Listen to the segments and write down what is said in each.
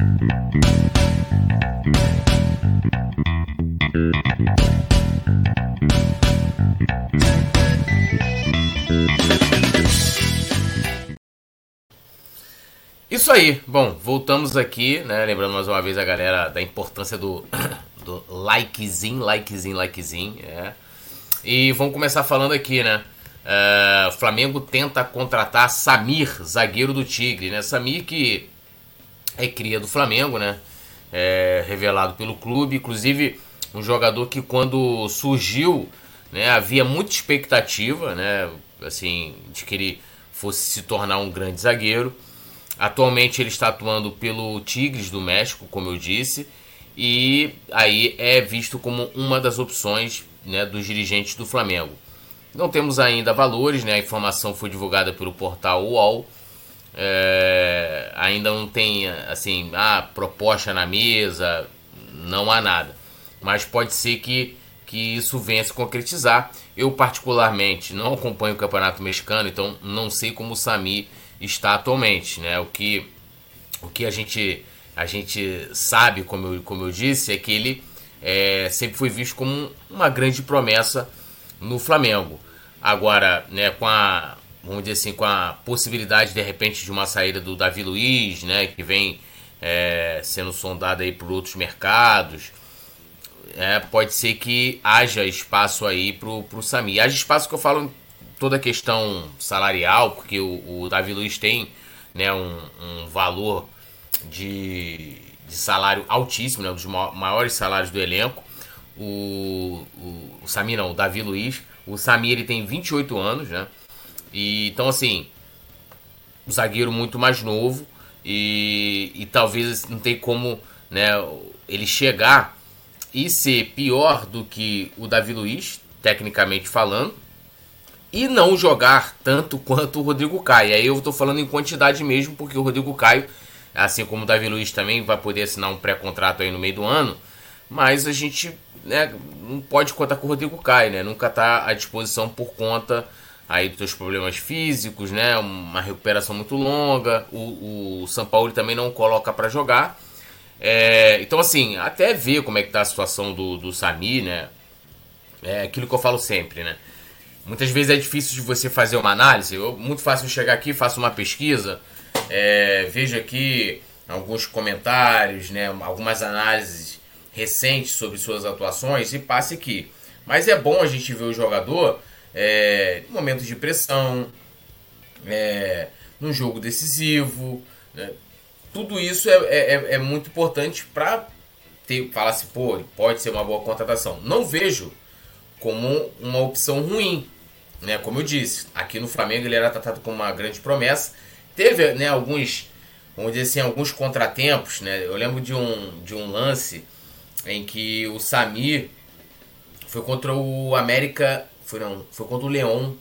Isso aí, bom, voltamos aqui, né? Lembrando mais uma vez a galera da importância do likezinho, E vamos começar falando aqui, né? O Flamengo tenta contratar Samir, zagueiro do Tigre, né? Samir que é cria do Flamengo, né? Revelado pelo clube, inclusive um jogador que quando surgiu, né, havia muita expectativa, né? Assim, de que ele fosse se tornar um grande zagueiro. Atualmente ele está atuando pelo Tigres do México, como eu disse, e aí é visto como uma das opções, né, dos dirigentes do Flamengo. Não temos ainda valores, né? A informação foi divulgada pelo portal UOL. Ainda não tem assim, proposta na mesa, não há nada. Mas pode ser que isso venha se concretizar. Eu particularmente não acompanho o Campeonato Mexicano, então não sei como o Samir está atualmente, né? O que a gente sabe, como eu disse, é que ele sempre foi visto como uma grande promessa no Flamengo. Agora, né, vamos dizer assim, com a possibilidade de repente de uma saída do Davi Luiz, né, que vem sendo sondado aí por outros mercados, pode ser que haja espaço aí pro Samir. Haja espaço que eu falo toda a questão salarial, porque o Davi Luiz tem, né, um valor de salário altíssimo, né, um dos maiores salários do elenco. O Samir não, o Davi Luiz. O Samir ele tem 28 anos, né? E, então, assim, um zagueiro muito mais novo e talvez não tem como, né, ele chegar e ser pior do que o Davi Luiz, tecnicamente falando, e não jogar tanto quanto o Rodrigo Caio. Aí eu estou falando em quantidade mesmo, porque o Rodrigo Caio, assim como o Davi Luiz também, vai poder assinar um pré-contrato aí no meio do ano, mas a gente, né, não pode contar com o Rodrigo Caio, né? Nunca está à disposição por conta aí dos seus problemas físicos, né? Uma recuperação muito longa. O São Paulo também não coloca para jogar. Então, assim, até ver como é que tá a situação do Samir, né? É aquilo que eu falo sempre, né? Muitas vezes é difícil de você fazer uma análise. Muito fácil chegar aqui, faço uma pesquisa, vejo aqui alguns comentários, né, algumas análises recentes sobre suas atuações e passe aqui. Mas é bom a gente ver o jogador em momentos de pressão, num jogo decisivo, né? Tudo isso é muito importante para falar assim, pô, pode ser uma boa contratação. Não vejo como uma opção ruim, né? Como eu disse, aqui no Flamengo ele era tratado como uma grande promessa. Teve, né, alguns, vamos dizer assim, alguns contratempos, né? Eu lembro de um lance em que o Samir foi contra o América, foi contra o León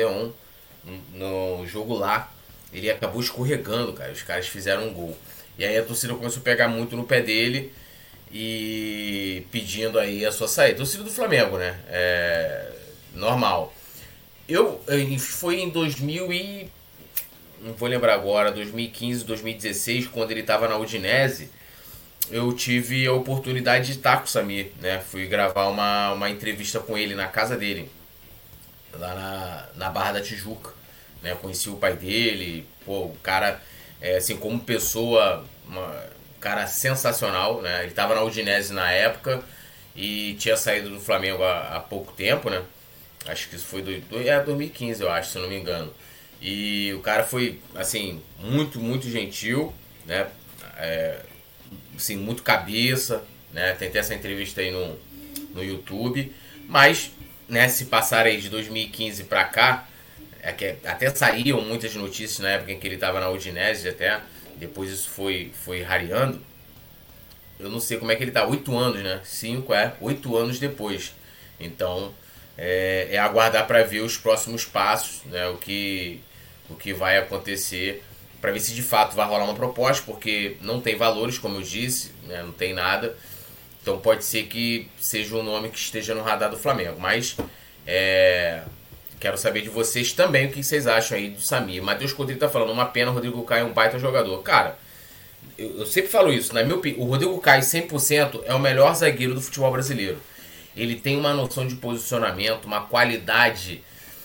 no jogo lá. Ele acabou escorregando, cara. Os caras fizeram um gol. E aí a torcida começou a pegar muito no pé dele e pedindo aí a sua saída. Torcida do Flamengo, né? Normal. Foi em 2000 e... não vou lembrar agora, 2015, 2016, quando ele estava na Udinese, eu tive a oportunidade de estar com o Samir, né? Fui gravar uma entrevista com ele na casa dele, lá na Barra da Tijuca, né? Conheci o pai dele, pô, o cara, assim, como pessoa, um cara sensacional, né? Ele estava na Udinese na época e tinha saído do Flamengo há pouco tempo, né? Acho que isso foi 2015, eu acho, se eu não me engano. E o cara foi, assim, muito, muito gentil, né? Assim, muito cabeça, né? Tentei essa entrevista aí no YouTube. Mas, né, se passar aí de 2015 pra cá, que até saíam muitas notícias na época em que ele estava na Udinese, até depois isso foi rareando. Eu não sei como é que ele tá, 8 anos, né? 8 anos depois. Então, aguardar para ver os próximos passos, né? O que vai acontecer, para ver se de fato vai rolar uma proposta, porque não tem valores, como eu disse, né? Não tem nada. Então pode ser que seja um nome que esteja no radar do Flamengo. Mas quero saber de vocês também o que vocês acham aí do Samir. Matheus Coutinho tá falando, uma pena, o Rodrigo Caio é um baita jogador. Cara, eu sempre falo isso, na minha opinião, o Rodrigo Caio 100% é o melhor zagueiro do futebol brasileiro. Ele tem uma noção de posicionamento, uma qualidade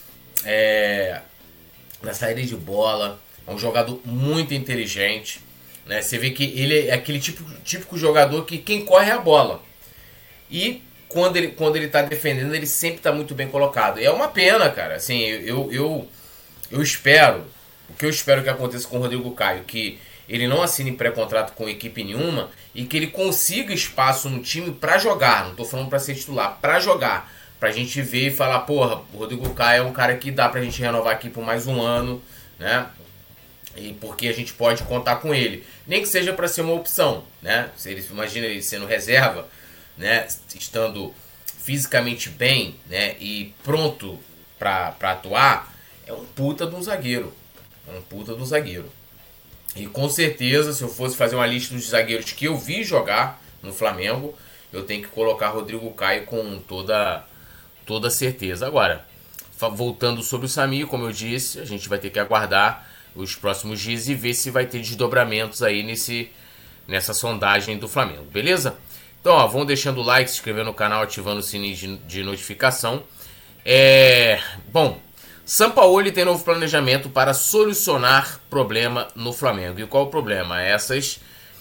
na saída de bola, é um jogador muito inteligente, né? Você vê que ele é aquele típico jogador que quem corre é a bola. E quando ele tá defendendo, ele sempre tá muito bem colocado. E é uma pena, cara. Assim, eu espero, o que eu espero que aconteça com o Rodrigo Caio, que ele não assine pré-contrato com equipe nenhuma e que ele consiga espaço no time pra jogar. Não tô falando pra ser titular, pra jogar. Pra gente ver e falar, porra, o Rodrigo Caio é um cara que dá pra gente renovar aqui por mais um ano, né? E porque a gente pode contar com ele. Nem que seja pra ser uma opção, né? Se ele, imagina ele sendo reserva, né? Estando fisicamente bem, né? E pronto pra atuar, é um puta de um zagueiro. É um puta de um zagueiro. E com certeza, se eu fosse fazer uma lista dos zagueiros que eu vi jogar no Flamengo, eu tenho que colocar Rodrigo Caio com toda certeza. Agora, voltando sobre o Samir, como eu disse, a gente vai ter que aguardar os próximos dias e ver se vai ter desdobramentos aí nessa sondagem do Flamengo, beleza? Então, ó, vão deixando o like, se inscrevendo no canal, ativando o sininho de notificação. Bom, Sampaoli tem novo planejamento para solucionar problema no Flamengo. E qual o problema? Essas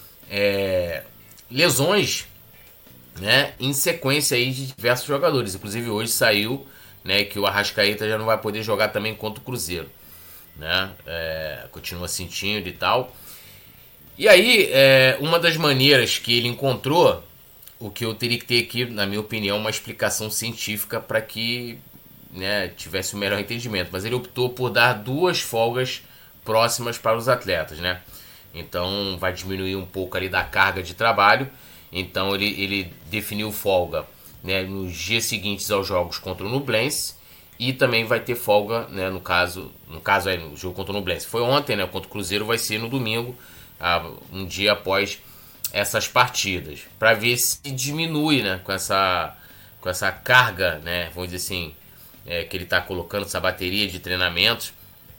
lesões, né, em sequência aí de diversos jogadores. Inclusive hoje saiu, né, que o Arrascaeta já não vai poder jogar também contra o Cruzeiro, né? Continua sentindo e tal. E aí, uma das maneiras que ele encontrou, o que eu teria que ter aqui, na minha opinião, uma explicação científica para que, né, tivesse o melhor entendimento. Mas ele optou por dar 2 folgas próximas para os atletas, né? Então vai diminuir um pouco ali da carga de trabalho. Então ele definiu folga, né, nos dias seguintes aos jogos contra o Nublense. E também vai ter folga, né, no caso no jogo contra o Nublense foi ontem, né? Contra o Cruzeiro vai ser no domingo, um dia após essas partidas, para ver se diminui, né, com essa carga, né, vamos dizer assim, que ele está colocando, essa bateria de treinamentos,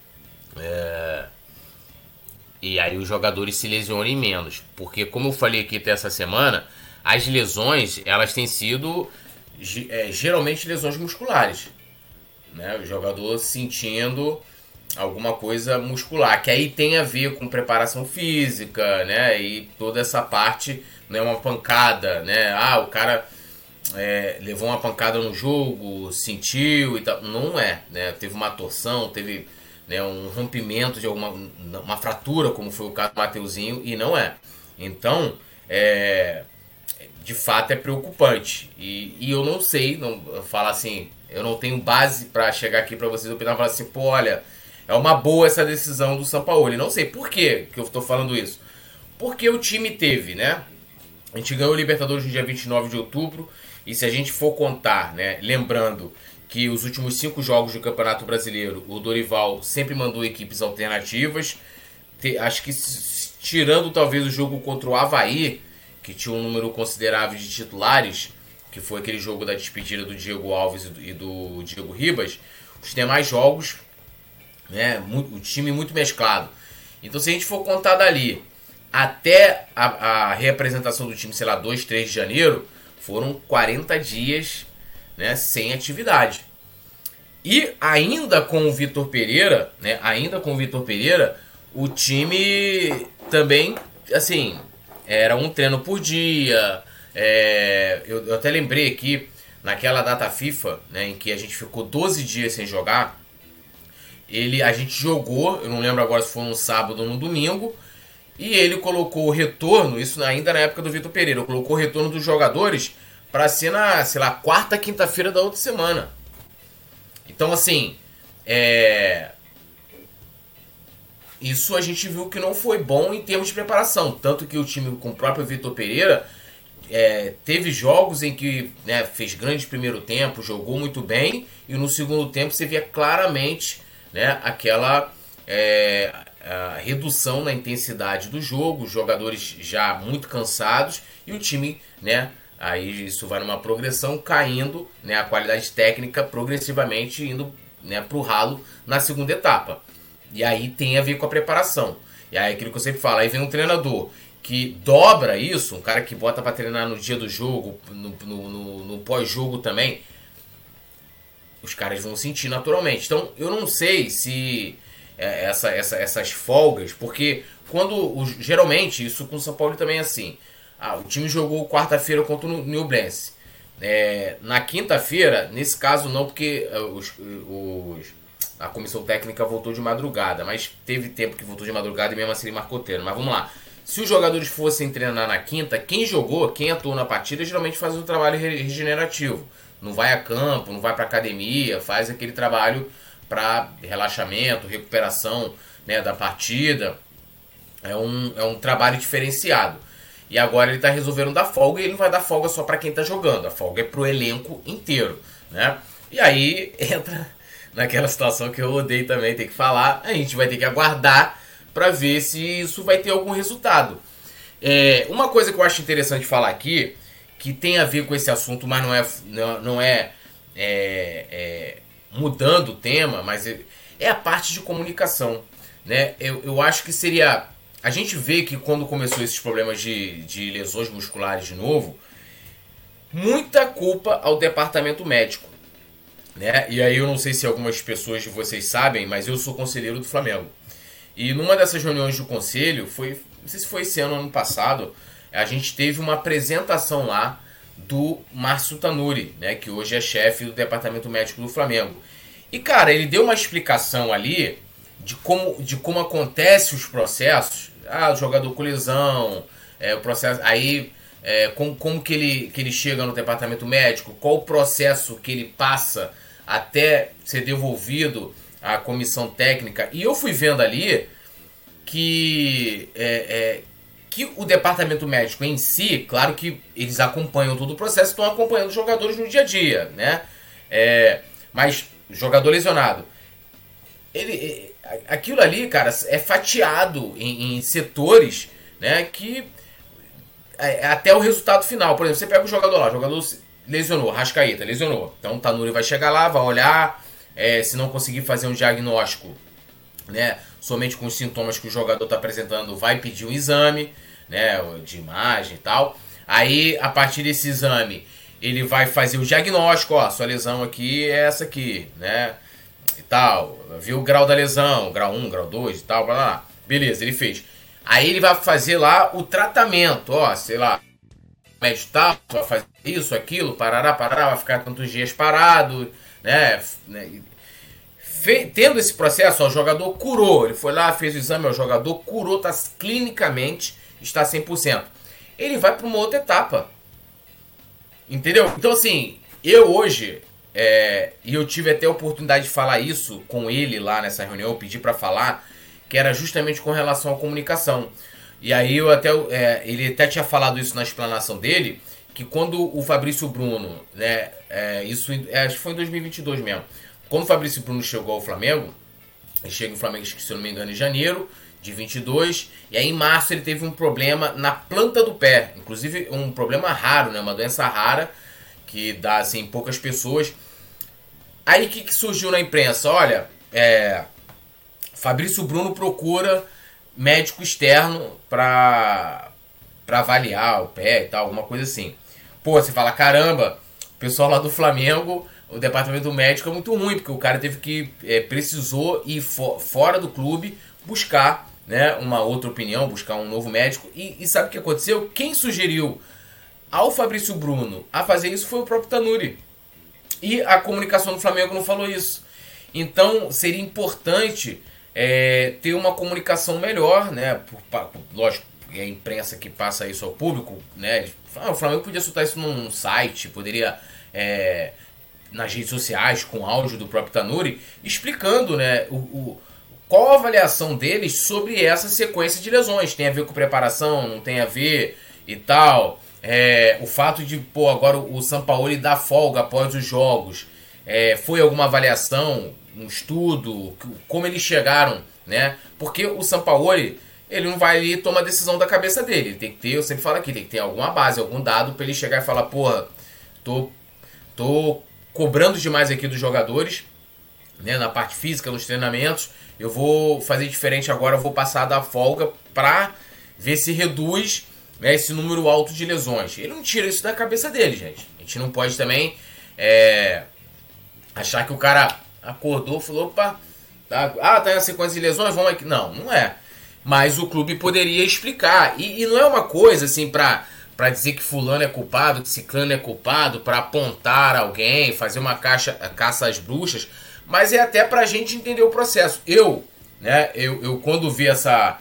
e aí os jogadores se lesionem menos, porque como eu falei aqui até essa semana, as lesões elas têm sido geralmente lesões musculares, né, o jogador sentindo alguma coisa muscular, que aí tem a ver com preparação física, né, e toda essa parte, né, uma pancada, né, o cara levou uma pancada no jogo, sentiu e tal, não né, teve uma torção, teve, né, um rompimento de uma fratura, como foi o caso do Mateuzinho, e não é. Então, de fato é preocupante, e eu não sei, eu falo assim, eu não tenho base para chegar aqui para vocês opinar e falar assim, pô, olha, é uma boa essa decisão do Sampaoli. Não sei por que eu estou falando isso. Porque o time teve, né? A gente ganhou o Libertadores no dia 29 de outubro. E se a gente for contar, né? Lembrando que os últimos 5 jogos do Campeonato Brasileiro, o Dorival sempre mandou equipes alternativas. Acho que tirando talvez o jogo contra o Avaí, que tinha um número considerável de titulares, que foi aquele jogo da despedida do Diego Alves e do Diego Ribas, os demais jogos, né, o time muito mesclado. Então se a gente for contar dali até a reapresentação do time, sei lá, 2, 3 de janeiro, foram 40 dias, né, sem atividade. E ainda com o Vitor Pereira, né, o time também, assim, era um treino por dia. Eu até lembrei aqui, naquela data FIFA, né, em que a gente ficou 12 dias sem jogar, a gente jogou, eu não lembro agora se foi no sábado ou no domingo, e ele colocou o retorno, isso ainda na época do Vitor Pereira, colocou o retorno dos jogadores para ser na, sei lá, quarta, quinta-feira da outra semana. Então, assim, isso a gente viu que não foi bom em termos de preparação. Tanto que o time com o próprio Vitor Pereira teve jogos em que, né, fez grande primeiro tempo, jogou muito bem, e no segundo tempo você via claramente, né, aquela a redução na intensidade do jogo, os jogadores já muito cansados e o time, né, aí isso vai numa progressão caindo, né, a qualidade técnica progressivamente indo, né, para o ralo na segunda etapa. E aí tem a ver com a preparação. E aí aquilo que eu sempre falo, aí vem um treinador que dobra isso, um cara que bota para treinar no dia do jogo, no pós-jogo também, os caras vão sentir naturalmente. Então, eu não sei se essas folgas, porque geralmente, isso com o São Paulo também é assim, o time jogou quarta-feira contra o Nublense. Na quinta-feira, nesse caso não, porque a comissão técnica voltou de madrugada, mas teve tempo que voltou de madrugada e mesmo assim ele marcou treino. Mas vamos lá. Se os jogadores fossem treinar na quinta, quem atuou na partida geralmente faz um trabalho regenerativo. Não vai a campo, não vai para academia, faz aquele trabalho para relaxamento, recuperação, né, da partida. É um trabalho diferenciado. E agora ele está resolvendo dar folga e ele não vai dar folga só para quem está jogando. A folga é pro elenco inteiro, né? E aí entra naquela situação que eu odeio também ter que falar. A gente vai ter que aguardar para ver se isso vai ter algum resultado. Uma coisa que eu acho interessante falar aqui, que tem a ver com esse assunto, mas não é mudando o tema, mas é a parte de comunicação, né? Eu acho que seria... A gente vê que quando começou esses problemas de lesões musculares de novo, muita culpa ao departamento médico, né? E aí eu não sei se algumas pessoas de vocês sabem, mas eu sou conselheiro do Flamengo. E numa dessas reuniões do conselho, não sei se foi esse ano ou ano passado, a gente teve uma apresentação lá do Márcio Tanuri, né, que hoje é chefe do departamento médico do Flamengo. E, cara, ele deu uma explicação ali de como acontecem os processos. O jogador com lesão, o processo... Aí, como que ele chega no departamento médico, qual o processo que ele passa até ser devolvido à comissão técnica. E eu fui vendo ali que o departamento médico em si, claro que eles acompanham todo o processo, estão acompanhando os jogadores no dia a dia, né? Mas jogador lesionado, aquilo ali, cara, é fatiado em setores, né, que até o resultado final. Por exemplo, você pega o jogador lá, o jogador lesionou, Rascaeta lesionou, então o Tanuri vai chegar lá, vai olhar, se não conseguir fazer um diagnóstico, né, somente com os sintomas que o jogador está apresentando, vai pedir um exame, né, de imagem e tal. Aí, a partir desse exame, ele vai fazer o diagnóstico, sua lesão aqui é essa aqui, né, e tal. Viu o grau da lesão, grau 1, grau 2 e tal, blá, blá. Beleza, ele fez. Aí ele vai fazer lá o tratamento, sei lá, médico tal, vai fazer isso, aquilo, parará, vai ficar tantos dias parado, né, tendo esse processo, o jogador curou, ele foi lá, fez o exame, o jogador curou, clinicamente está 100%. Ele vai para uma outra etapa. Entendeu? Então, assim, eu hoje, e eu tive até a oportunidade de falar isso com ele lá nessa reunião, eu pedi para falar, que era justamente com relação à comunicação. E aí ele até tinha falado isso na explanação dele, que quando o Fabrício Bruno, né, acho que foi em 2022 mesmo, quando o Fabrício Bruno chegou ao Flamengo, ele chega no Flamengo, se eu não me engano, em janeiro de 22, e aí em março ele teve um problema na planta do pé, inclusive um problema raro, né, uma doença rara, que dá assim em poucas pessoas. Aí o que surgiu na imprensa? Olha, Fabrício Bruno procura médico externo para avaliar o pé e tal, alguma coisa assim. Pô, você fala, caramba, o pessoal lá do Flamengo, o departamento médico é muito ruim, porque o cara teve que, precisou ir fora do clube buscar, né, uma outra opinião, buscar um novo médico. E sabe o que aconteceu? Quem sugeriu ao Fabrício Bruno a fazer isso foi o próprio Tanuri. E a comunicação do Flamengo não falou isso. Então seria importante ter uma comunicação melhor, né? Lógico, é a imprensa que passa isso ao público, né? O Flamengo podia soltar isso num site, poderia nas redes sociais, com áudio do próprio Tanuri, explicando, né, qual a avaliação deles sobre essa sequência de lesões. Tem a ver com preparação, não tem a ver e tal. O fato de, agora o Sampaoli dar folga após os jogos. Foi alguma avaliação, um estudo, como eles chegaram, né? Porque o Sampaoli, ele não vai ali tomar decisão da cabeça dele. Ele tem que ter, eu sempre falo aqui, tem que ter alguma base, algum dado para ele chegar e falar, tô cobrando demais aqui dos jogadores, né, na parte física, nos treinamentos, eu vou fazer diferente agora, eu vou passar a dar folga para ver se reduz, né, esse número alto de lesões. Ele não tira isso da cabeça dele, gente. A gente não pode também achar que o cara acordou e falou, opa, tá na sequência de lesões, vamos aqui. Não, não é. Mas o clube poderia explicar. E não é uma coisa assim pra dizer que fulano é culpado, que ciclano é culpado, pra apontar alguém, fazer uma caça às bruxas, mas é até pra gente entender o processo. Eu quando vi essa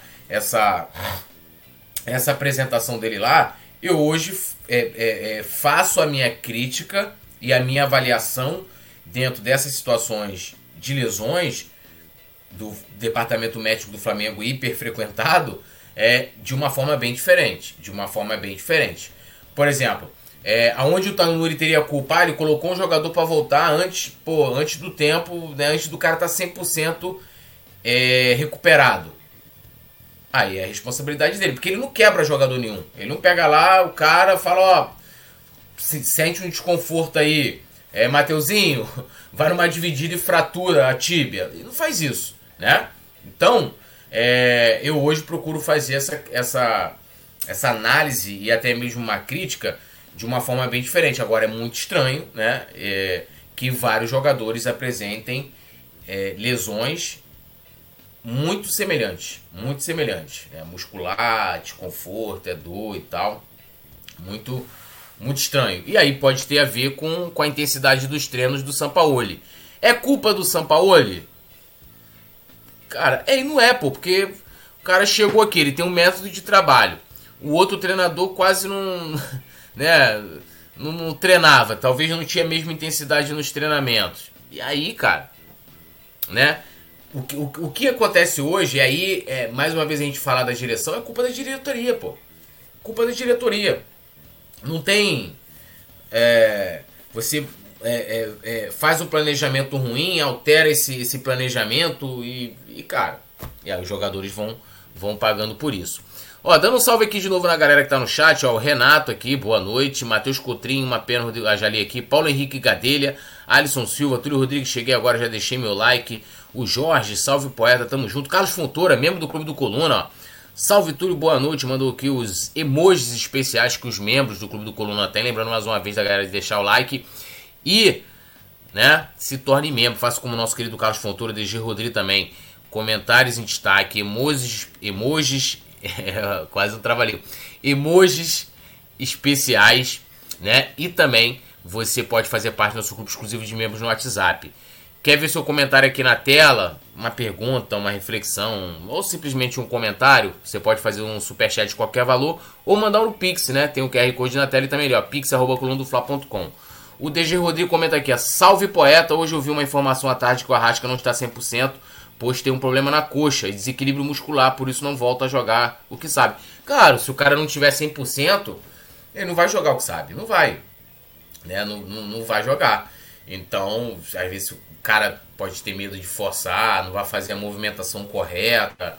apresentação dele lá, eu hoje faço a minha crítica e a minha avaliação dentro dessas situações de lesões do departamento médico do Flamengo hiper frequentado, de uma forma bem diferente. Por exemplo, aonde o Tanuri teria culpa, ele colocou um jogador para voltar antes do tempo, né, antes do cara estar 100% recuperado. Aí é a responsabilidade dele, porque ele não quebra jogador nenhum. Ele não pega lá, o cara fala, ó, sente um desconforto aí, Mateuzinho, vai numa dividida e fratura a tíbia. Ele não faz isso, né? Então, eu hoje procuro fazer essa análise e até mesmo uma crítica de uma forma bem diferente. Agora é muito estranho, né, que vários jogadores apresentem lesões muito semelhantes, muscular, desconforto, dor e tal, muito estranho. E aí pode ter a ver com a intensidade dos treinos do Sampaoli. É culpa do Sampaoli? Cara, não é, porque o cara chegou aqui, ele tem um método de trabalho. O outro treinador quase não, né, não treinava, talvez não tinha a mesma intensidade nos treinamentos. E aí, cara, né? O que acontece hoje, e aí, mais uma vez a gente falar da direção, é culpa da diretoria, pô. Culpa da diretoria. Não tem... você faz um planejamento ruim, altera esse planejamento e cara... E aí os jogadores vão pagando por isso. Ó, dando um salve aqui de novo na galera que tá no chat, ó, o Renato aqui, boa noite, Matheus Cotrinho, uma pena, já li aqui, Paulo Henrique Gadelha, Alisson Silva, Túlio Rodrigues, cheguei agora, já deixei meu like, o Jorge, salve poeta, tamo junto, Carlos Fontoura, membro do Clube do Coluna, ó, salve Túlio, boa noite, mandou aqui os emojis especiais que os membros do Clube do Coluna têm, lembrando mais uma vez da galera de deixar o like e, né, se torne membro, faça como o nosso querido Carlos Fontoura, DG Rodrigues também, comentários em destaque, emojis quase um trabalhinho. Emojis especiais, né? E também você pode fazer parte do nosso grupo exclusivo de membros no WhatsApp. Quer ver seu comentário aqui na tela? Uma pergunta, uma reflexão ou simplesmente um comentário? Você pode fazer um superchat de qualquer valor ou mandar no Pix, né? Tem um QR Code na tela e também, ó, pix@colunadofla.com. O DG Rodrigo comenta aqui, ó, salve poeta, hoje eu vi uma informação à tarde que o Arrasca não está 100%, pois tem um problema na coxa e desequilíbrio muscular, por isso não volta a jogar o que sabe. Claro, se o cara não tiver 100%, ele não vai jogar o que sabe, não vai, né? Não vai jogar. Então, às vezes o cara pode ter medo de forçar, não vai fazer a movimentação correta,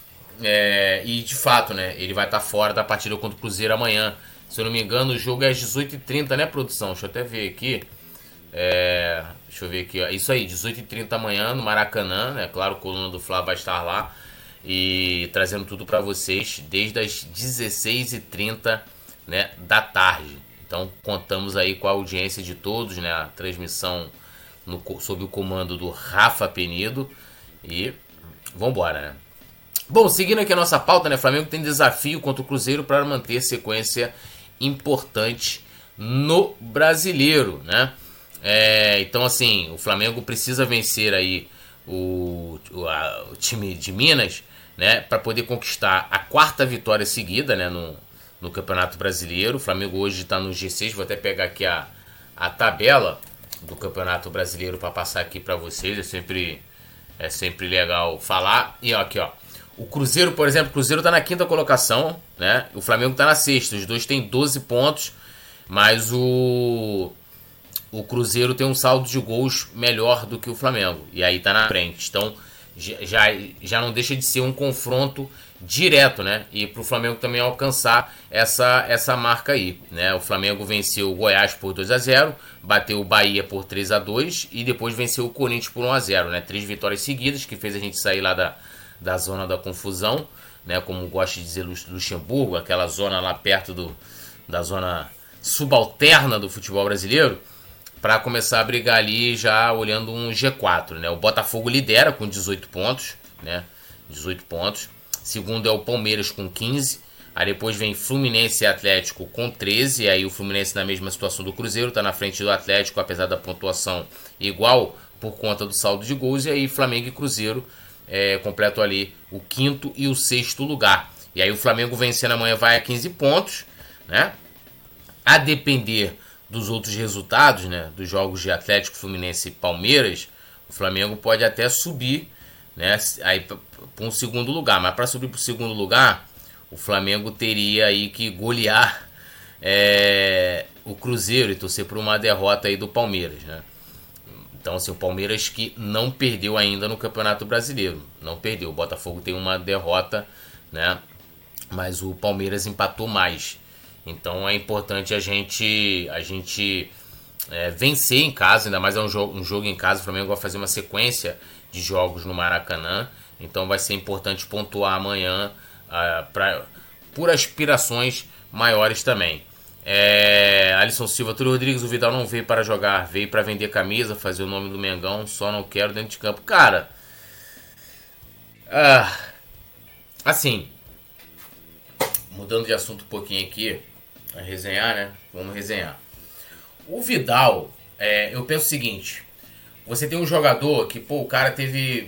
e de fato, né, ele vai estar fora da partida contra o Cruzeiro amanhã. Se eu não me engano, o jogo é às 18h30, né, produção? Deixa eu até ver aqui. Deixa eu ver aqui, ó. Isso aí, 18h30 amanhã no Maracanã, né? Claro, o Coluna do Fla vai estar lá e trazendo tudo para vocês desde as 16h30, né, da tarde. Então contamos aí com a audiência de todos, né? A transmissão sob o comando do Rafa Penido e vambora, né? Bom, seguindo aqui a nossa pauta, né? Flamengo tem desafio contra o Cruzeiro para manter sequência importante no Brasileiro, né? Então, assim, o Flamengo precisa vencer aí o time de Minas, né, para poder conquistar a 4ª vitória seguida, né, no Campeonato Brasileiro. O Flamengo hoje está no G6, vou até pegar aqui a tabela do Campeonato Brasileiro para passar aqui para vocês, é sempre legal falar. E ó, aqui, ó, o Cruzeiro, por exemplo, o Cruzeiro está na 5ª colocação, né, o Flamengo está na 6ª, os dois têm 12 pontos, mas o Cruzeiro tem um saldo de gols melhor do que o Flamengo. E aí tá na frente. Então já não deixa de ser um confronto direto, né? E pro Flamengo também alcançar essa marca aí, né? O Flamengo venceu o Goiás por 2-0, bateu o Bahia por 3-2 e depois venceu o Corinthians por 1-0, né? 3 vitórias seguidas que fez a gente sair lá da zona da confusão, né, como gosta de dizer Luxemburgo, aquela zona lá perto da zona subalterna do futebol brasileiro, para começar a brigar ali já olhando um G4, né? O Botafogo lidera com 18 pontos, né? 18 pontos. Segundo é o Palmeiras com 15. Aí depois vem Fluminense e Atlético com 13. Aí o Fluminense na mesma situação do Cruzeiro, tá na frente do Atlético, apesar da pontuação igual por conta do saldo de gols. E aí Flamengo e Cruzeiro completam ali o quinto e o sexto lugar. E aí o Flamengo vencendo amanhã vai a 15 pontos, né? A depender dos outros resultados, né, dos jogos de Atlético, Fluminense e Palmeiras, o Flamengo pode até subir, né, aí para um segundo lugar. Mas para subir para o segundo lugar, o Flamengo teria aí que golear o Cruzeiro e torcer por uma derrota aí do Palmeiras, né? Então, assim, o Palmeiras que não perdeu ainda no Campeonato Brasileiro, não perdeu. O Botafogo tem uma derrota, né? Mas o Palmeiras empatou mais. Então é importante a gente vencer em casa, ainda mais é um jogo em casa. O Flamengo vai fazer uma sequência de jogos no Maracanã, então vai ser importante pontuar amanhã por aspirações maiores também. Alisson Silva, Túlio Rodrigues, o Vidal não veio para jogar, veio para vender camisa, fazer o nome do Mengão, só não quero dentro de campo. Cara, assim, mudando de assunto um pouquinho aqui, a resenhar, né? Vamos resenhar. O Vidal, eu penso o seguinte: você tem um jogador que, pô, o cara teve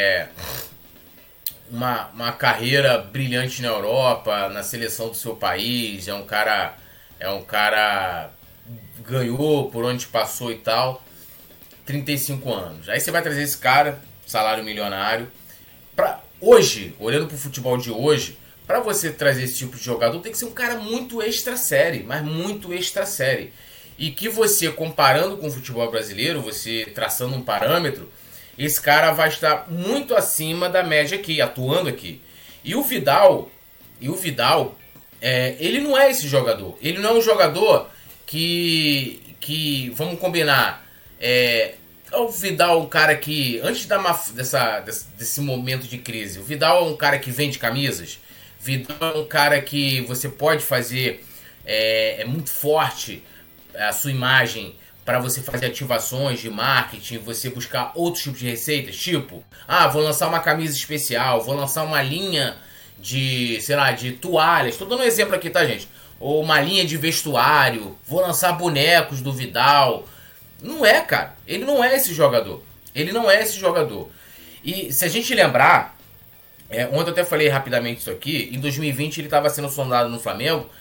uma carreira brilhante na Europa, na seleção do seu país, é um cara ganhou por onde passou e tal, 35 anos. Aí você vai trazer esse cara, salário milionário, hoje, olhando pro futebol de hoje, para você trazer esse tipo de jogador, tem que ser um cara muito extra série, mas muito extra série. E que você, comparando com o futebol brasileiro, você traçando um parâmetro, esse cara vai estar muito acima da média aqui, atuando aqui. E o Vidal, ele não é esse jogador. Ele não é um jogador que vamos combinar, o Vidal é um cara que, antes desse momento de crise, o Vidal é um cara que vende camisas. Vidal é um cara que você pode fazer, é muito forte a sua imagem para você fazer ativações de marketing, você buscar outros tipos de receitas, tipo, vou lançar uma camisa especial, vou lançar uma linha de, sei lá, de toalhas, tô dando um exemplo aqui, tá, gente? Ou uma linha de vestuário, vou lançar bonecos do Vidal. Não é, cara, ele não é esse jogador, E se a gente lembrar, ontem eu até falei rapidamente isso aqui, em 2020 ele estava sendo sondado no Flamengo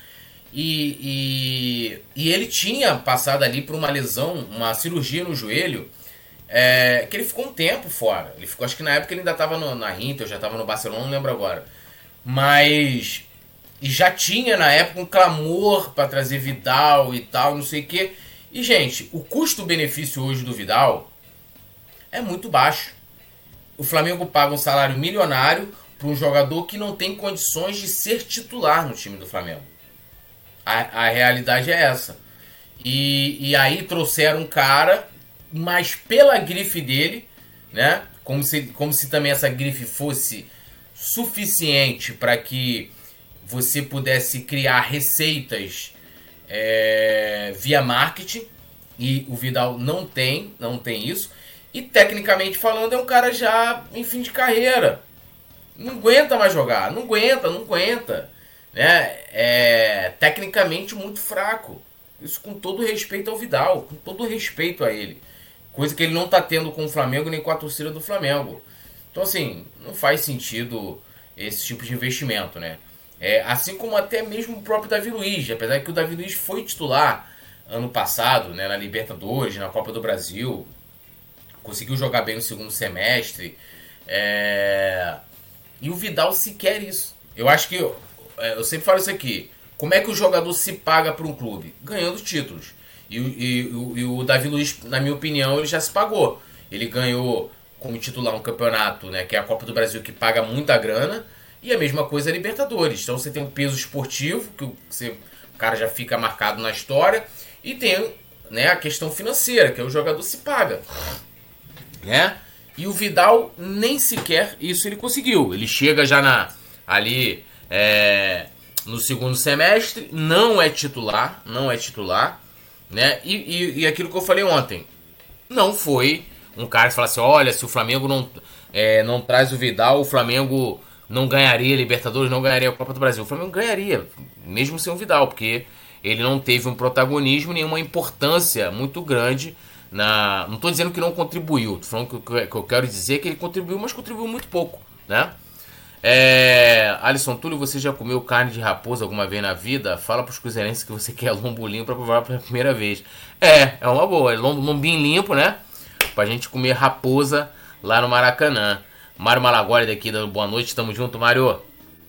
e ele tinha passado ali por uma lesão, uma cirurgia no joelho, que ele ficou um tempo fora. Ele ficou, acho que na época ele ainda estava na Inter, já estava no Barcelona, não lembro agora. Mas já tinha na época um clamor para trazer Vidal e tal, não sei o que. E, gente, o custo-benefício hoje do Vidal é muito baixo. O Flamengo paga um salário milionário para um jogador que não tem condições de ser titular no time do Flamengo. A realidade é essa. E aí trouxeram um cara, mas pela grife dele, né? Como se também essa grife fosse suficiente para que você pudesse criar receitas via marketing. E o Vidal não tem isso. E tecnicamente falando, é um cara já em fim de carreira. Não aguenta mais jogar. Não aguenta. Né? Tecnicamente muito fraco. Isso com todo respeito ao Vidal. Com todo respeito a ele. Coisa que ele não está tendo com o Flamengo nem com a torcida do Flamengo. Então, assim, não faz sentido esse tipo de investimento, né? Assim como até mesmo o próprio Davi Luiz. Apesar que o Davi Luiz foi titular ano passado, né, na Libertadores, na Copa do Brasil. Conseguiu jogar bem no segundo semestre. E o Vidal sequer isso. Eu acho que... eu sempre falo isso aqui. Como é que o jogador se paga para um clube? Ganhando títulos. E o Davi Luiz, na minha opinião, ele já se pagou. Ele ganhou como titular um campeonato, né, que é a Copa do Brasil, que paga muita grana. E a mesma coisa a Libertadores. Então você tem um peso esportivo, que o cara já fica marcado na história. E tem, né, a questão financeira, que é o jogador se paga. Né? E o Vidal nem sequer isso ele conseguiu. Ele chega já ali no segundo semestre, não é titular, né? E aquilo que eu falei ontem, não foi um cara que fala assim, olha, se o Flamengo não traz o Vidal, o Flamengo não ganharia Libertadores, não ganharia a Copa do Brasil. O Flamengo ganharia, mesmo sem o Vidal, porque ele não teve um protagonismo, nenhuma importância muito grande. Não estou dizendo que não contribuiu, tô falando que eu quero dizer que ele contribuiu, mas contribuiu muito pouco, né? Alisson Túlio, você já comeu carne de raposa alguma vez na vida? Fala pros cruzeirenses que você quer lombo pra provar pela primeira vez. É uma boa, lombinho limpo, né? Pra gente comer raposa lá no Maracanã. Mário Malagoli daqui dando boa noite, tamo junto, Mário.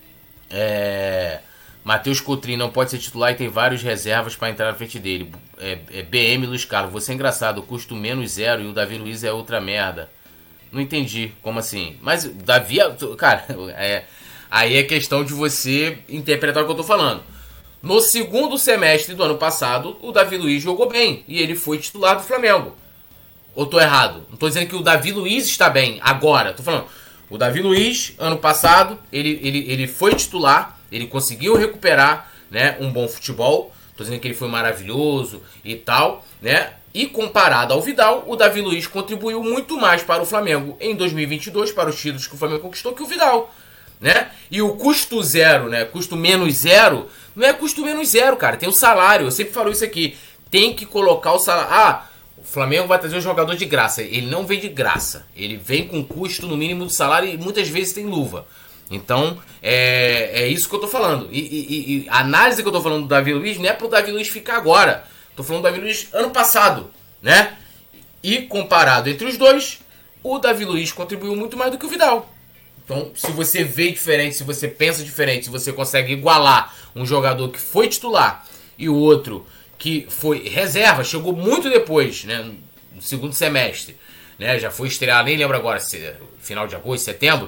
Matheus Coutrinho não pode ser titular e tem vários reservas pra entrar na frente dele. BM Luiz Carlos, você é engraçado, custo menos 0 e o Davi Luiz é outra merda. Não entendi, como assim? Mas Davi, cara, aí é questão de você interpretar o que eu tô falando. No segundo semestre do ano passado, o Davi Luiz jogou bem e ele foi titular do Flamengo. Ou tô errado? Não tô dizendo que o Davi Luiz está bem agora. Tô falando, o Davi Luiz, ano passado, ele foi titular, ele conseguiu recuperar, né, um bom futebol. Tô dizendo que ele foi maravilhoso e tal, né? E comparado ao Vidal, o Davi Luiz contribuiu muito mais para o Flamengo em 2022, para os títulos que o Flamengo conquistou, que o Vidal, né? E o custo zero, né? Custo menos 0, não é custo menos 0, cara. Tem o salário, eu sempre falo isso aqui. Tem que colocar o salário. O Flamengo vai trazer um jogador de graça. Ele não vem de graça. Ele vem com custo no mínimo do salário e muitas vezes tem luva. Então, é isso que eu tô falando. E a análise que eu tô falando do Davi Luiz não é pro Davi Luiz ficar agora. Tô falando do Davi Luiz ano passado, né? E comparado entre os dois, o Davi Luiz contribuiu muito mais do que o Vidal. Então, se você vê diferente, se você pensa diferente, se você consegue igualar um jogador que foi titular e o outro que foi reserva, chegou muito depois, né? No segundo semestre, né? Já foi estrear, nem lembro agora, final de agosto, setembro,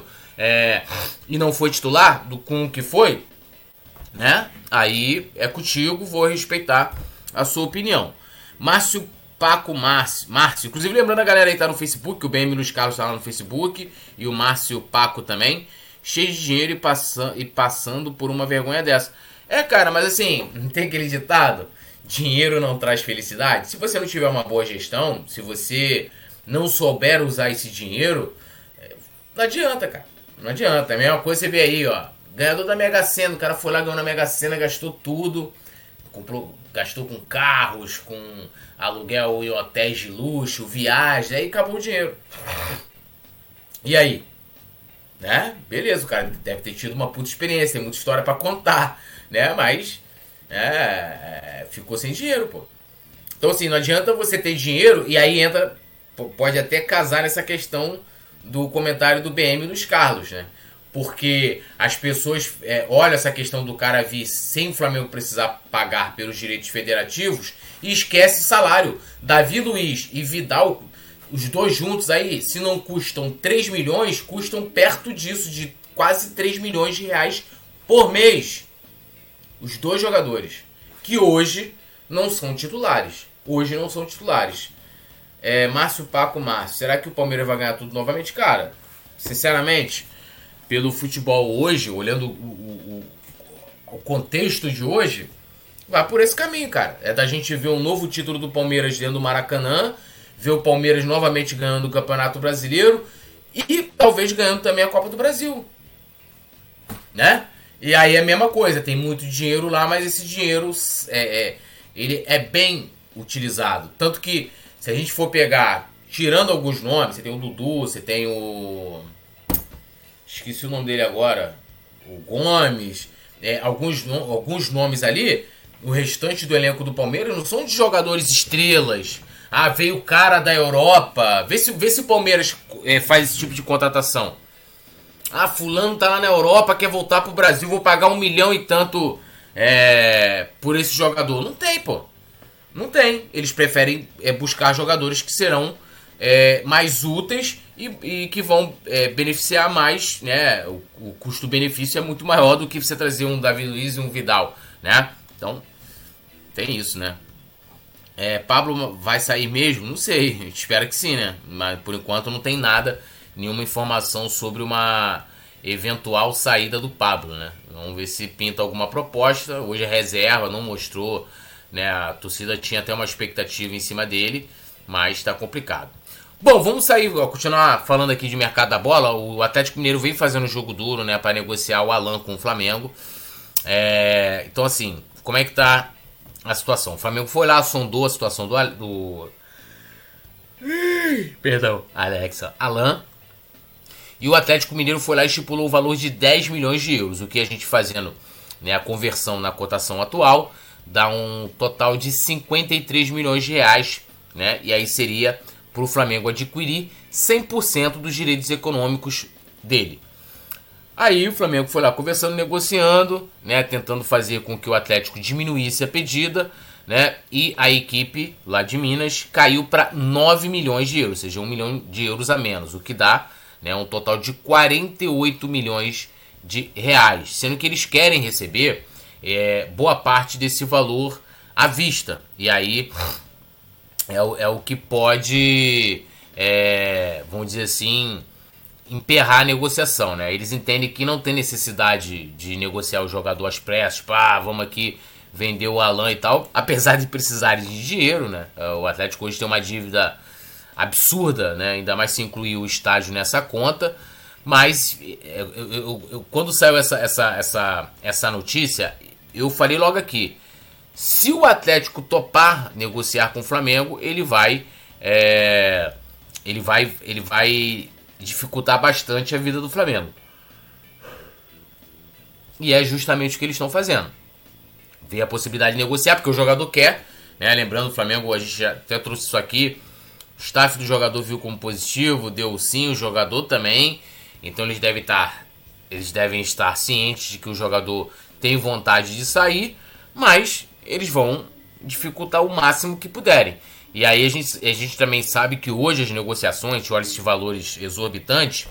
e não foi titular com o que foi, né? Aí é contigo, vou respeitar a sua opinião. Márcio Paco Márcio, inclusive lembrando a galera aí que tá no Facebook, o BM Luiz Carlos tá lá no Facebook e o Márcio Paco também, cheio de dinheiro e passando por uma vergonha dessa. Cara, mas assim, não tem aquele ditado? Dinheiro não traz felicidade. Se você não tiver uma boa gestão, se você não souber usar esse dinheiro, não adianta, cara. Não adianta. É a mesma coisa você vê aí, ó. Ganhador da Mega Sena, o cara foi lá, ganhou na Mega Sena, gastou tudo. Gastou com carros, com aluguel e hotéis de luxo, viagem, aí acabou o dinheiro. E aí? Né? Beleza, o cara deve ter tido uma puta experiência, tem muita história pra contar, né? Mas ficou sem dinheiro, pô. Então assim, não adianta você ter dinheiro e aí entra, pode até casar nessa questão do comentário do BM Luiz Carlos, né? Porque as pessoas olham essa questão do cara vir sem o Flamengo precisar pagar pelos direitos federativos e esquece salário. Davi Luiz e Vidal, os dois juntos aí, se não custam 3 milhões, custam perto disso, de quase 3 milhões de reais por mês. Os dois jogadores, que hoje não são titulares. Márcio Paco Márcio, será que o Palmeiras vai ganhar tudo novamente? Cara, sinceramente, pelo futebol hoje, olhando o contexto de hoje, vai por esse caminho, cara. É da gente ver um novo título do Palmeiras dentro do Maracanã, ver o Palmeiras novamente ganhando o Campeonato Brasileiro e talvez ganhando também a Copa do Brasil, né? E aí é a mesma coisa, tem muito dinheiro lá, mas esse dinheiro ele é bem utilizado. Tanto que, se a gente for pegar, tirando alguns nomes, você tem o Dudu, você tem o... esqueci o nome dele agora, o Gomes, alguns nomes ali, o restante do elenco do Palmeiras não são de jogadores estrelas. Veio o cara da Europa. Vê se o Palmeiras faz esse tipo de contratação. Fulano tá lá na Europa, quer voltar pro Brasil, vou pagar 1 milhão e tanto por esse jogador. Não tem, pô. Não tem. Eles preferem buscar jogadores que serão mais úteis e que vão beneficiar mais, né? O custo-benefício é muito maior do que você trazer um Davi Luiz e um Vidal, né? Então, tem isso, né? Pablo vai sair mesmo? Não sei, espero que sim, né? Mas por enquanto não tem nada, nenhuma informação sobre uma eventual saída do Pablo, né? Vamos ver se pinta alguma proposta. Hoje é reserva, não mostrou, né? A torcida tinha até uma expectativa em cima dele, mas está complicado. Bom, vamos sair, continuar falando aqui de mercado da bola. O Atlético Mineiro vem fazendo um jogo duro, né, para negociar o Alan com o Flamengo. Então, assim, como é que tá a situação? O Flamengo foi lá, sondou a situação do perdão, Alexa, Alan. E o Atlético Mineiro foi lá e estipulou o valor de 10 milhões de euros. O que a gente fazendo, né, a conversão na cotação atual dá um total de 53 milhões de reais, né? E aí seria para o Flamengo adquirir 100% dos direitos econômicos dele. Aí o Flamengo foi lá conversando, negociando, né, tentando fazer com que o Atlético diminuísse a pedida, né, e a equipe lá de Minas caiu para 9 milhões de euros, ou seja, 1 milhão de euros a menos, o que dá, né, um total de 48 milhões de reais, sendo que eles querem receber boa parte desse valor à vista. E aí é o que pode, vamos dizer assim, emperrar a negociação, né? Eles entendem que não tem necessidade de negociar o jogador às pressas, tipo, vamos aqui vender o Alan e tal, apesar de precisarem de dinheiro, né? O Atlético hoje tem uma dívida absurda, né? Ainda mais se incluir o estádio nessa conta. Mas quando saiu essa notícia, eu falei logo aqui: se o Atlético topar negociar com o Flamengo, ele vai dificultar bastante a vida do Flamengo. E é justamente o que eles estão fazendo. Vê a possibilidade de negociar, porque o jogador quer, né? Lembrando, o Flamengo, a gente já até trouxe isso aqui, o staff do jogador viu como positivo, deu sim, o jogador também. Então eles devem estar cientes de que o jogador tem vontade de sair, mas eles vão dificultar o máximo que puderem. E aí a gente também sabe que hoje as negociações, a gente olha esses valores exorbitantes,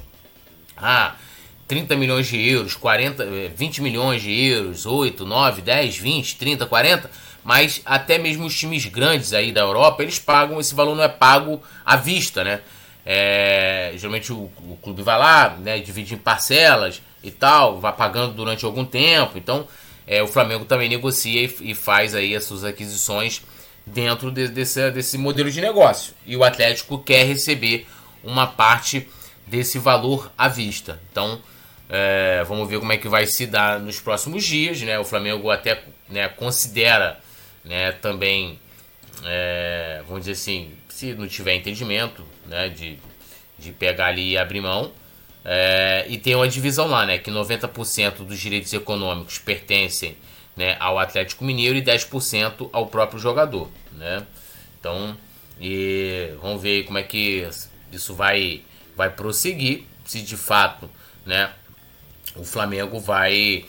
30 milhões de euros, 20 milhões de euros, 8, 9, 10, 20, 30, 40, mas até mesmo os times grandes aí da Europa, eles pagam, esse valor não é pago à vista, né? Geralmente o clube vai lá, né, divide em parcelas e tal, vai pagando durante algum tempo. Então o Flamengo também negocia e faz aí as suas aquisições dentro desse modelo de negócio. E o Atlético quer receber uma parte desse valor à vista. Então vamos ver como é que vai se dar nos próximos dias, né? O Flamengo até, né, considera, né, também, vamos dizer assim, se não tiver entendimento, né, de pegar ali e abrir mão. E tem uma divisão lá, né, que 90% dos direitos econômicos pertencem, né, ao Atlético Mineiro e 10% ao próprio jogador, né? Então, vamos ver como é que isso vai prosseguir, se de fato, né, o Flamengo vai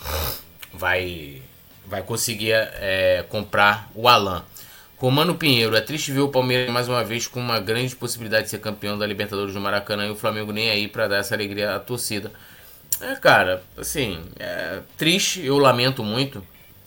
conseguir comprar o Alan. Romano Pinheiro: é triste ver o Palmeiras mais uma vez com uma grande possibilidade de ser campeão da Libertadores do Maracanã e o Flamengo nem aí para dar essa alegria à torcida. Cara, assim, triste, eu lamento muito,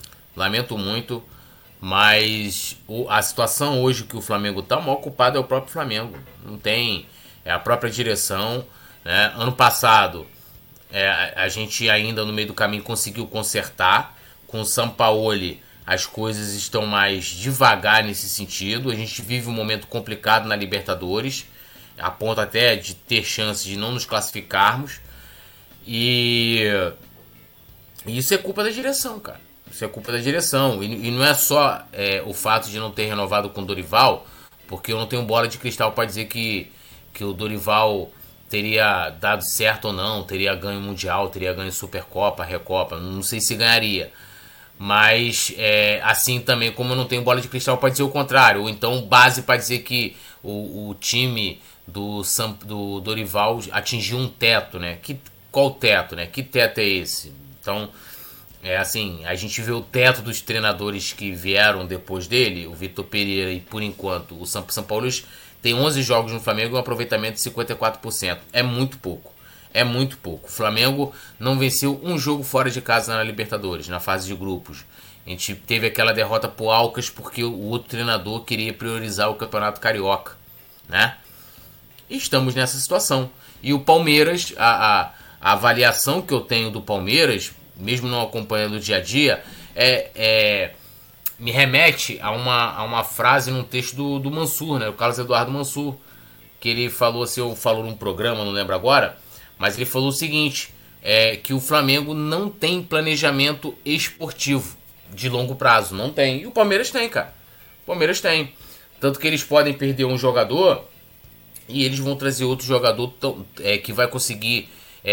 mas a situação hoje que o Flamengo tá, o maior culpado é o próprio Flamengo, não tem, a própria direção, né? Ano passado a gente ainda no meio do caminho conseguiu consertar, com o Sampaoli as coisas estão mais devagar nesse sentido. A gente vive um momento complicado na Libertadores, a ponto até de ter chance de não nos classificarmos. E isso é culpa da direção, cara. Isso é culpa da direção. E não é só o fato de não ter renovado com o Dorival, porque eu não tenho bola de cristal para dizer que o Dorival teria dado certo ou não, teria ganho Mundial, teria ganho Supercopa, Recopa, não sei se ganharia. Mas assim também como eu não tenho bola de cristal para dizer o contrário, ou então base para dizer que o time do Dorival atingiu um teto, né? Qual teto, né? Que teto é esse? Então, assim, a gente vê o teto dos treinadores que vieram depois dele, o Vitor Pereira e, por enquanto, o São Paulo tem 11 jogos no Flamengo e um aproveitamento de 54%. É muito pouco. É muito pouco. O Flamengo não venceu um jogo fora de casa na Libertadores, na fase de grupos. A gente teve aquela derrota pro Alcas porque o outro treinador queria priorizar o Campeonato Carioca, né? E estamos nessa situação. E o Palmeiras, a avaliação que eu tenho do Palmeiras, mesmo não acompanhando o dia a dia, me remete a uma frase num texto do Mansur, né? O Carlos Eduardo Mansur, que ele falou, assim, eu falo num programa, não lembro agora, mas ele falou o seguinte, que o Flamengo não tem planejamento esportivo de longo prazo, não tem. E o Palmeiras tem, cara. O Palmeiras tem. Tanto que eles podem perder um jogador e eles vão trazer outro jogador que vai conseguir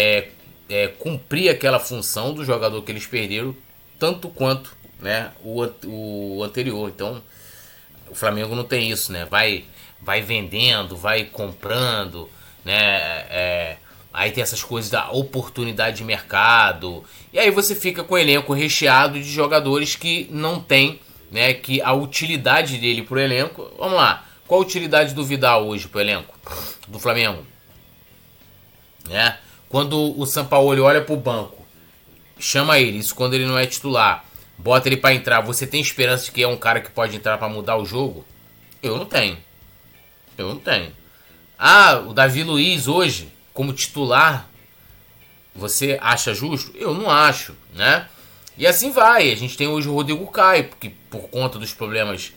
cumprir aquela função do jogador que eles perderam, tanto quanto, né, o anterior. Então, o Flamengo não tem isso, né? Vai vendendo, vai comprando, né? Aí tem essas coisas da oportunidade de mercado. E aí você fica com o elenco recheado de jogadores que não tem, né, que a utilidade dele pro elenco. Vamos lá. Qual a utilidade do Vidal hoje pro elenco do Flamengo? Né? Quando o Sampaoli olha pro banco, chama ele, isso quando ele não é titular, bota ele pra entrar, você tem esperança de que é um cara que pode entrar pra mudar o jogo? Eu não tenho. Eu não tenho. O Davi Luiz hoje, como titular, você acha justo? Eu não acho, né? E assim vai. A gente tem hoje o Rodrigo Caio, que por conta dos problemas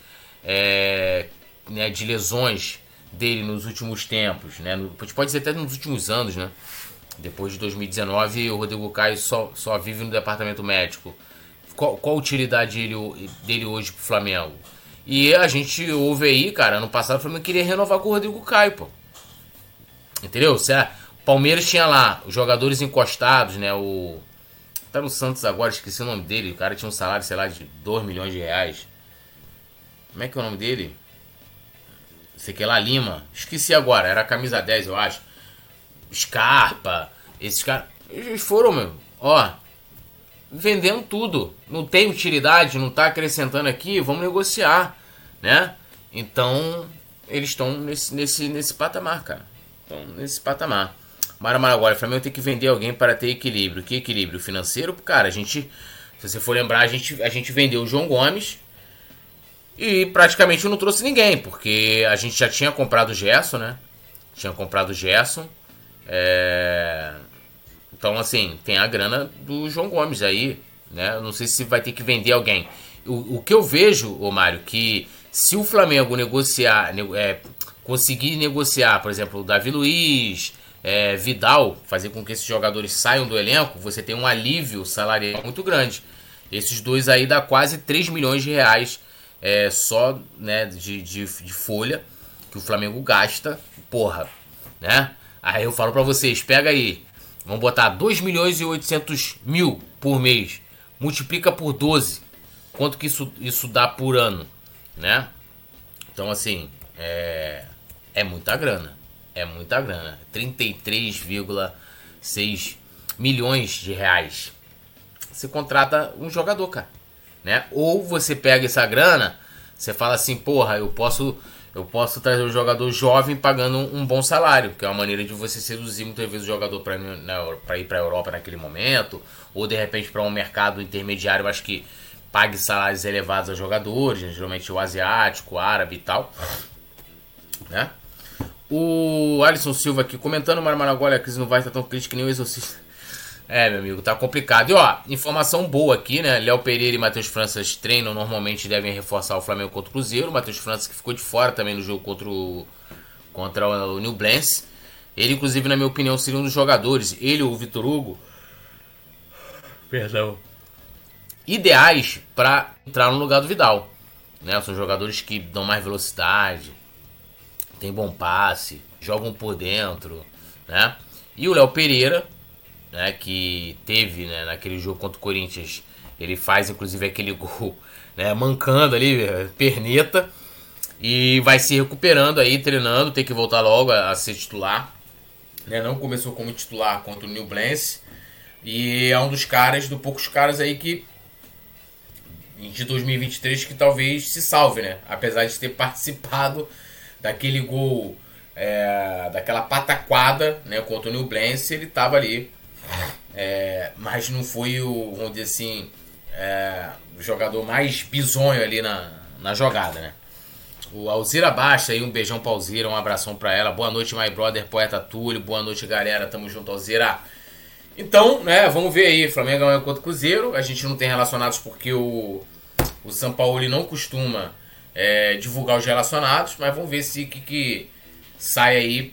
né, de lesões dele nos últimos tempos, né? Pode ser até nos últimos anos, né? Depois de 2019, o Rodrigo Caio só vive no departamento médico. Qual a utilidade dele hoje pro Flamengo? E a gente ouve aí, cara, ano passado o Flamengo queria renovar com o Rodrigo Caio, pô. Entendeu? O Palmeiras tinha lá os jogadores encostados, né? Tá no Santos agora, esqueci o nome dele. O cara tinha um salário, sei lá, de 2 milhões de reais. Como é que é o nome dele? Sei que lá, Lima. Esqueci agora, era a camisa 10, eu acho. Scarpa, esses caras. Eles foram, meu, vendendo tudo. Não tem utilidade, não tá acrescentando aqui, vamos negociar, né? Então, eles estão nesse patamar, cara. Estão nesse patamar. Agora, o Flamengo tem que vender alguém para ter equilíbrio. Que equilíbrio financeiro? Cara, se você for lembrar, a gente vendeu o João Gomes e praticamente não trouxe ninguém, porque a gente já tinha comprado o Gerson, né? Então, assim, tem a grana do João Gomes aí, né? Eu não sei se vai ter que vender alguém. O que eu vejo, Mário, que se o Flamengo conseguir negociar, por exemplo, o Davi Luiz, Vidal, fazer com que esses jogadores saiam do elenco, você tem um alívio salarial muito grande. Esses dois aí dá quase 3 milhões de reais só, né, de folha que o Flamengo gasta, porra, né? Aí eu falo pra vocês, pega aí, vamos botar 2 milhões e 800 mil por mês, multiplica por 12, quanto que isso dá por ano, né? Então, assim, é muita grana. 33,6 milhões de reais. Você contrata um jogador, cara, né? Ou você pega essa grana, você fala assim, porra, eu posso trazer um jogador jovem pagando um bom salário, que é uma maneira de você seduzir muitas vezes o jogador para ir para a Europa naquele momento, ou de repente para um mercado intermediário, acho que pague salários elevados aos jogadores, geralmente o asiático, o árabe e tal, né? O Alisson Silva aqui comentando, Marmaraguá, a crise não vai estar tão crítica que nem o Exorcista. Meu amigo, tá complicado. E informação boa aqui, né? Léo Pereira e Matheus Franças treinam, normalmente devem reforçar o Flamengo contra o Cruzeiro. O Matheus Franças que ficou de fora também no jogo contra o Nublense. Ele, inclusive, na minha opinião, seria um dos jogadores, ele ou o Vitor Hugo, ideais para entrar no lugar do Vidal, né? São jogadores que dão mais velocidade, tem bom passe, jogam por dentro, né? E o Léo Pereira, né, que teve, né, naquele jogo contra o Corinthians, ele faz inclusive aquele gol, né, mancando ali, perneta, e vai se recuperando aí, treinando, tem que voltar logo a ser titular, né? Não começou como titular contra o Nublense, e é um dos poucos caras aí que de 2023 que talvez se salve, né? Apesar de ter participado daquele gol, daquela pataquada, né, contra o Nublense, ele tava ali, mas não foi vamos dizer assim, o jogador mais bizonho ali na jogada, né? O Alzira Baixa aí, um beijão pra Alzira, um abração pra ela. Boa noite, my brother, poeta Túlio. Boa noite, galera, tamo junto, Alzira. Então, né, vamos ver aí, Flamengo é contra o Cruzeiro, a gente não tem relacionados porque o Sampaoli não costuma divulgar os relacionados, mas vamos ver se que sai aí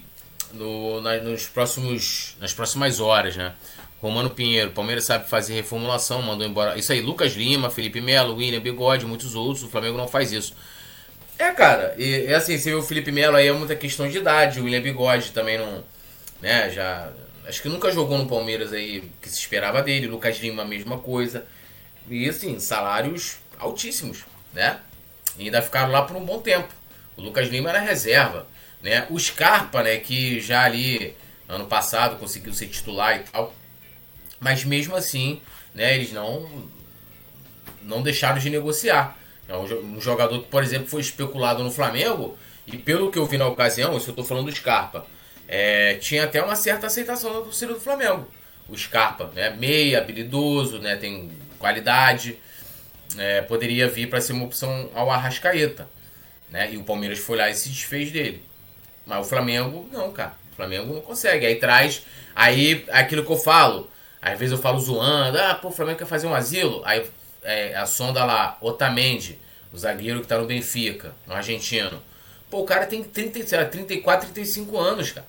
nas próximas horas, né? Romano Pinheiro, Palmeiras sabe fazer reformulação, mandou embora. Isso aí, Lucas Lima, Felipe Melo, William Bigode, muitos outros, o Flamengo não faz isso. Cara, é assim, você vê o Felipe Melo aí é muita questão de idade, o William Bigode também não, né, já, acho que nunca jogou no Palmeiras aí, que se esperava dele, Lucas Lima a mesma coisa, e assim, salários altíssimos, né, e ainda ficaram lá por um bom tempo, o Lucas Lima era reserva, né, o Scarpa, né, que já ali, ano passado, conseguiu ser titular e tal, mas mesmo assim, né, eles não deixaram de negociar. É um jogador que, por exemplo, foi especulado no Flamengo, e pelo que eu vi na ocasião, isso eu estou falando do Scarpa, tinha até uma certa aceitação da torcida do Flamengo. O Scarpa, né, meia, habilidoso, né, tem qualidade, poderia vir para ser uma opção ao Arrascaeta, né, e o Palmeiras foi lá e se desfez dele. Mas o Flamengo, não, cara. O Flamengo não consegue. Aí traz, aí aquilo que eu falo, às vezes eu falo zoando, o Flamengo quer fazer um asilo, aí a sonda lá, Otamendi, o zagueiro que tá no Benfica, no argentino. Pô, o cara tem 34, 35 anos, cara.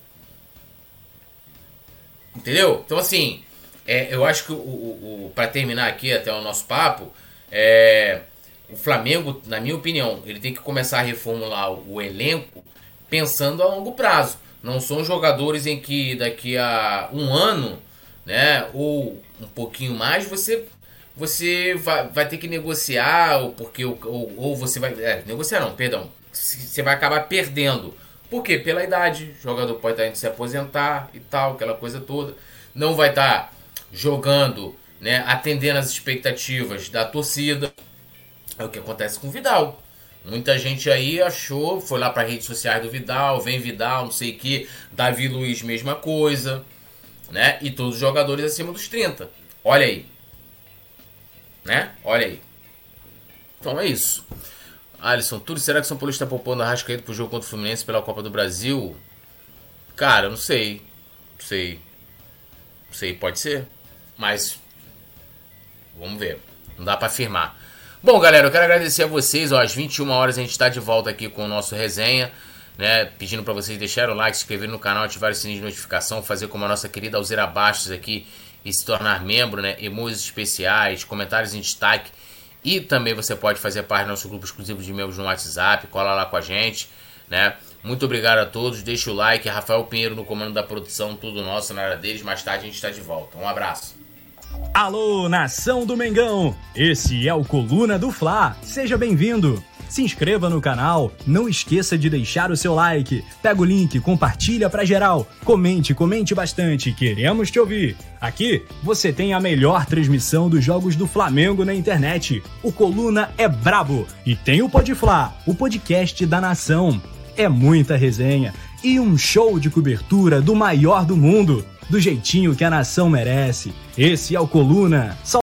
Entendeu? Então, assim, eu acho que pra terminar aqui até o nosso papo, o Flamengo, na minha opinião, ele tem que começar a reformular o elenco pensando a longo prazo. Não são jogadores em que daqui a um ano, né, ou um pouquinho mais, você vai ter que negociar, ou você vai... negociar não, perdão. Você vai acabar perdendo. Por quê? Pela idade. O jogador pode estar indo se aposentar e tal, aquela coisa toda. Não vai estar jogando, né, atendendo as expectativas da torcida. É o que acontece com o Vidal. Muita gente aí achou, foi lá para redes sociais do Vidal, vem Vidal, não sei o que, Davi Luiz, mesma coisa, né? E todos os jogadores acima dos 30. Olha aí. Né? Olha aí. Então é isso. Alisson, tudo, será que o São Paulo está poupando a Arrascaeta pro jogo contra o Fluminense pela Copa do Brasil? Cara, não sei. Não sei, pode ser. Mas vamos ver. Não dá pra afirmar. Bom, galera, eu quero agradecer a vocês. Às 21 horas a gente está de volta aqui com o nosso resenha, né? Pedindo para vocês deixarem o like, se inscreverem no canal, ativar o sininho de notificação, fazer como a nossa querida Alzira Bastos aqui e se tornar membro, né? Emojis especiais, comentários em destaque. E também você pode fazer parte do nosso grupo exclusivo de membros no WhatsApp. Cola lá com a gente, né? Muito obrigado a todos. Deixa o like. Rafael Pinheiro no comando da produção. Tudo nosso na área deles. Mais tarde a gente está de volta. Um abraço. Alô, nação do Mengão! Esse é o Coluna do Fla. Seja bem-vindo. Se inscreva no canal, não esqueça de deixar o seu like, pega o link, compartilha pra geral, comente bastante, queremos te ouvir. Aqui você tem a melhor transmissão dos jogos do Flamengo na internet. O Coluna é brabo e tem o Podfla, o podcast da nação. É muita resenha e um show de cobertura do maior do mundo, do jeitinho que a nação merece. Esse é o Coluna.